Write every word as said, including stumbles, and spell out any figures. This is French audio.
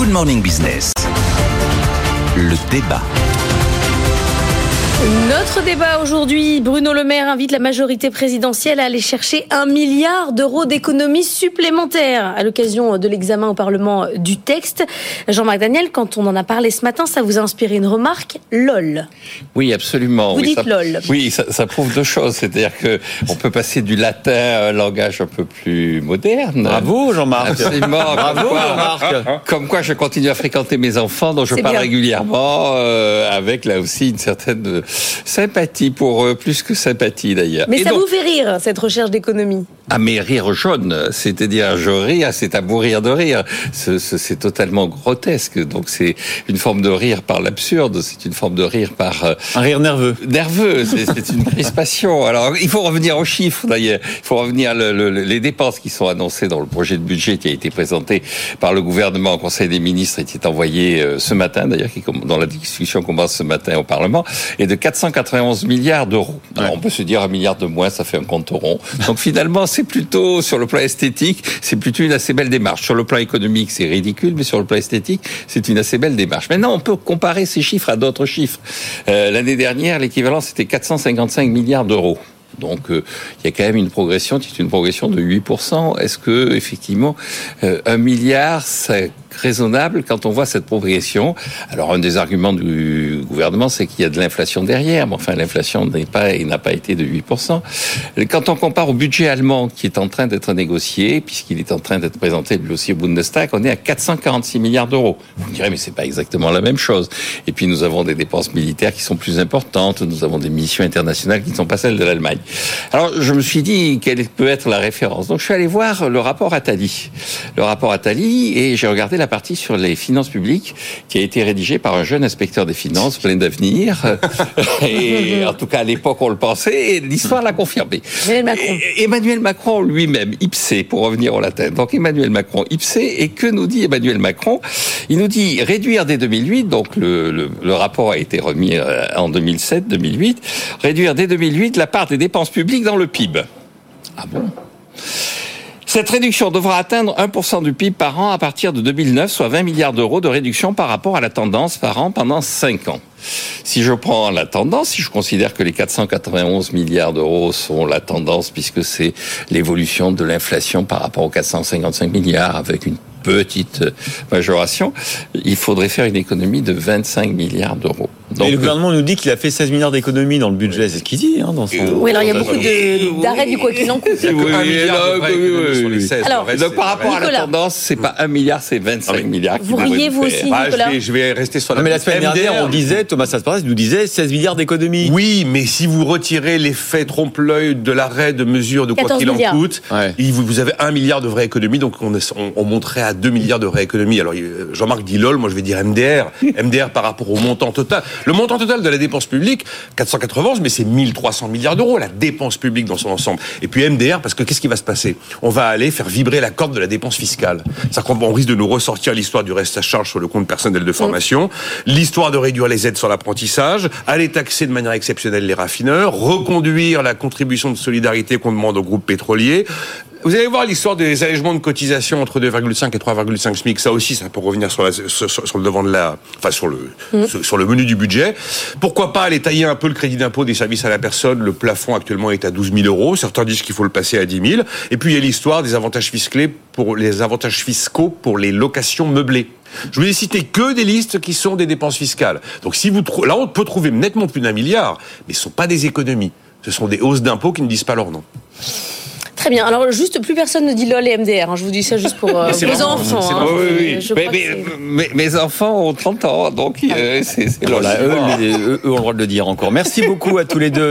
Good Morning Business. Le débat. Notre débat aujourd'hui, Bruno Le Maire invite la majorité présidentielle à aller chercher un milliard d'euros d'économies supplémentaires à l'occasion de l'examen au Parlement du texte. Jean-Marc Daniel, quand on en a parlé ce matin, ça vous a inspiré une remarque, lol. Oui, absolument. Vous oui, dites ça, lol. Oui, ça, ça prouve deux choses. C'est-à-dire que on peut passer du latin à un langage un peu plus moderne. Bravo, Jean-Marc. Absolument. Bravo, comme quoi, Jean-Marc. Comme quoi, je continue à fréquenter mes enfants, dont je C'est parle bien. régulièrement, euh, avec là aussi une certaine sympathie pour eux, plus que sympathie d'ailleurs. Mais Et ça donc, vous fait rire, cette recherche d'économie? Ah, mais rire jaune, c'est-à-dire je ris, c'est à mourir de rire. C'est, c'est, c'est totalement grotesque. Donc c'est une forme de rire par l'absurde, c'est une forme de rire par... Euh, Un rire nerveux. Nerveux, c'est, c'est une crispation. Alors il faut revenir aux chiffres d'ailleurs. Il faut revenir le, le, les dépenses qui sont annoncées dans le projet de budget qui a été présenté par le gouvernement au Conseil des ministres et qui est envoyé euh, ce matin d'ailleurs, qui dans la discussion commence ce matin au Parlement, est de quatre cent quatre-vingt-onze milliards d'euros. Alors Ouais. on peut se dire un milliard de moins, ça fait un compte rond. Donc finalement, c'est plutôt, sur le plan esthétique, c'est plutôt une assez belle démarche. Sur le plan économique, c'est ridicule, mais sur le plan esthétique, c'est une assez belle démarche. Maintenant, on peut comparer ces chiffres à d'autres chiffres. Euh, l'année dernière, l'équivalent, c'était quatre cent cinquante-cinq milliards d'euros. Donc, euh, il y a quand même une progression, qui est une progression de huit pour cent. Est-ce que, effectivement, euh, un milliard, c'est raisonnable quand on voit cette progression? Alors, un des arguments du gouvernement, c'est qu'il y a de l'inflation derrière. Mais enfin, l'inflation n'est pas, il n'a pas été de huit pour cent. Quand on compare au budget allemand qui est en train d'être négocié, puisqu'il est en train d'être présenté lui aussi au Bundestag, on est à quatre cent quarante-six milliards d'euros. Vous me direz, mais c'est pas exactement la même chose. Et puis, nous avons des dépenses militaires qui sont plus importantes. Nous avons des missions internationales qui ne sont pas celles de l'Allemagne. Alors, je me suis dit, quelle peut être la référence? Donc, je suis allé voir le rapport Attali. Le rapport Attali, et j'ai regardé la partie sur les finances publiques qui a été rédigée par un jeune inspecteur des finances plein d'avenir. Et en tout cas, à l'époque, on le pensait, et l'histoire l'a confirmé. Emmanuel Macron. Et Emmanuel Macron lui-même, ipse, pour revenir au latin. Donc, Emmanuel Macron, ipse, et que nous dit Emmanuel Macron? Il nous dit réduire dès deux mille huit, donc le, le, le rapport a été remis en deux mille sept deux mille huit, réduire dès deux mille huit la part des dépenses publiques dans le P I B. Ah bon? Cette réduction devra atteindre un pour cent du P I B par an à partir de deux mille neuf, soit vingt milliards d'euros de réduction par rapport à la tendance par an pendant cinq ans. Si je prends la tendance, si je considère que les quatre cent quatre-vingt-onze milliards d'euros sont la tendance, puisque c'est l'évolution de l'inflation par rapport aux quatre cent cinquante-cinq milliards avec une petite majoration, il faudrait faire une économie de vingt-cinq milliards d'euros. Donc, Et le gouvernement nous dit qu'il a fait seize milliards d'économies dans le budget. C'est ce qu'il dit, hein, dans son... Oui, alors il y a beaucoup de, d'arrêts du quoi qu'il en coûte. Oui, un milliard là, de vraies oui, économies oui, sur les oui. seize. Alors, Le reste, donc, par c'est- rapport à la Nicolas. tendance, c'est pas un milliard, c'est vingt-cinq milliards. qui Vous devraient riez, nous vous faire. aussi, Ah, je, Nicolas. vais, je vais rester sur la Non, mais la petite semaine M D R. dernière, on disait, Thomas Saspari nous disait seize milliards d'économies. Oui, mais si vous retirez l'effet trompe-l'œil de l'arrêt de mesure de quoi quatorze qu'il en milliards. coûte, Ouais. il- vous, vous avez un milliard de vraies économies, donc on, est- on, on monterait à deux milliards de vraies économies. Alors euh, Jean-Marc dit lol, moi je vais dire M D R. M D R par rapport au montant total. Le montant total de la dépense publique, quatre cent quatre-vingt-onze, mais c'est mille trois cents milliards d'euros, la dépense publique dans son ensemble. Et puis M D R, parce que qu'est-ce qui va se passer? On va aller faire vibrer la corde de la dépense fiscale. C'est-à-dire qu'on on risque de nous ressortir l'histoire du reste à charge sur le compte personnel de formation, l'histoire de réduire les aides sur l'apprentissage, aller taxer de manière exceptionnelle les raffineurs, reconduire la contribution de solidarité qu'on demande aux groupes pétroliers. Vous allez voir l'histoire des allègements de cotisation entre deux virgule cinq et trois virgule cinq SMIC. Ça aussi, ça peut revenir sur, la, sur, sur- sur le devant de la, enfin sur le, sur, sur le menu du budget. Pourquoi pas aller tailler un peu le crédit d'impôt des services à la personne? Le plafond actuellement est à douze mille euros. Certains disent qu'il faut le passer à dix mille. Et puis il y a l'histoire des avantages fiscaux pour les avantages fiscaux pour les locations meublées. Je vous ai cité que des listes qui sont des dépenses fiscales. Donc si vous trou- là, on peut trouver nettement plus d'un milliard, mais ce ne sont pas des économies. Ce sont des hausses d'impôts qui ne disent pas leur nom. Très bien. Alors, juste, plus personne ne dit lol et M D R. hein. Je vous dis ça juste pour euh, c'est vos vraiment- enfants. c'est hein. vraiment- Oui, oui, Je mais, crois mais, que c'est- mais- mes enfants ont trente ans, donc euh, c'est, c'est Voilà, logique. eux, eux, eux ont le droit de le dire encore. Merci beaucoup à tous les deux.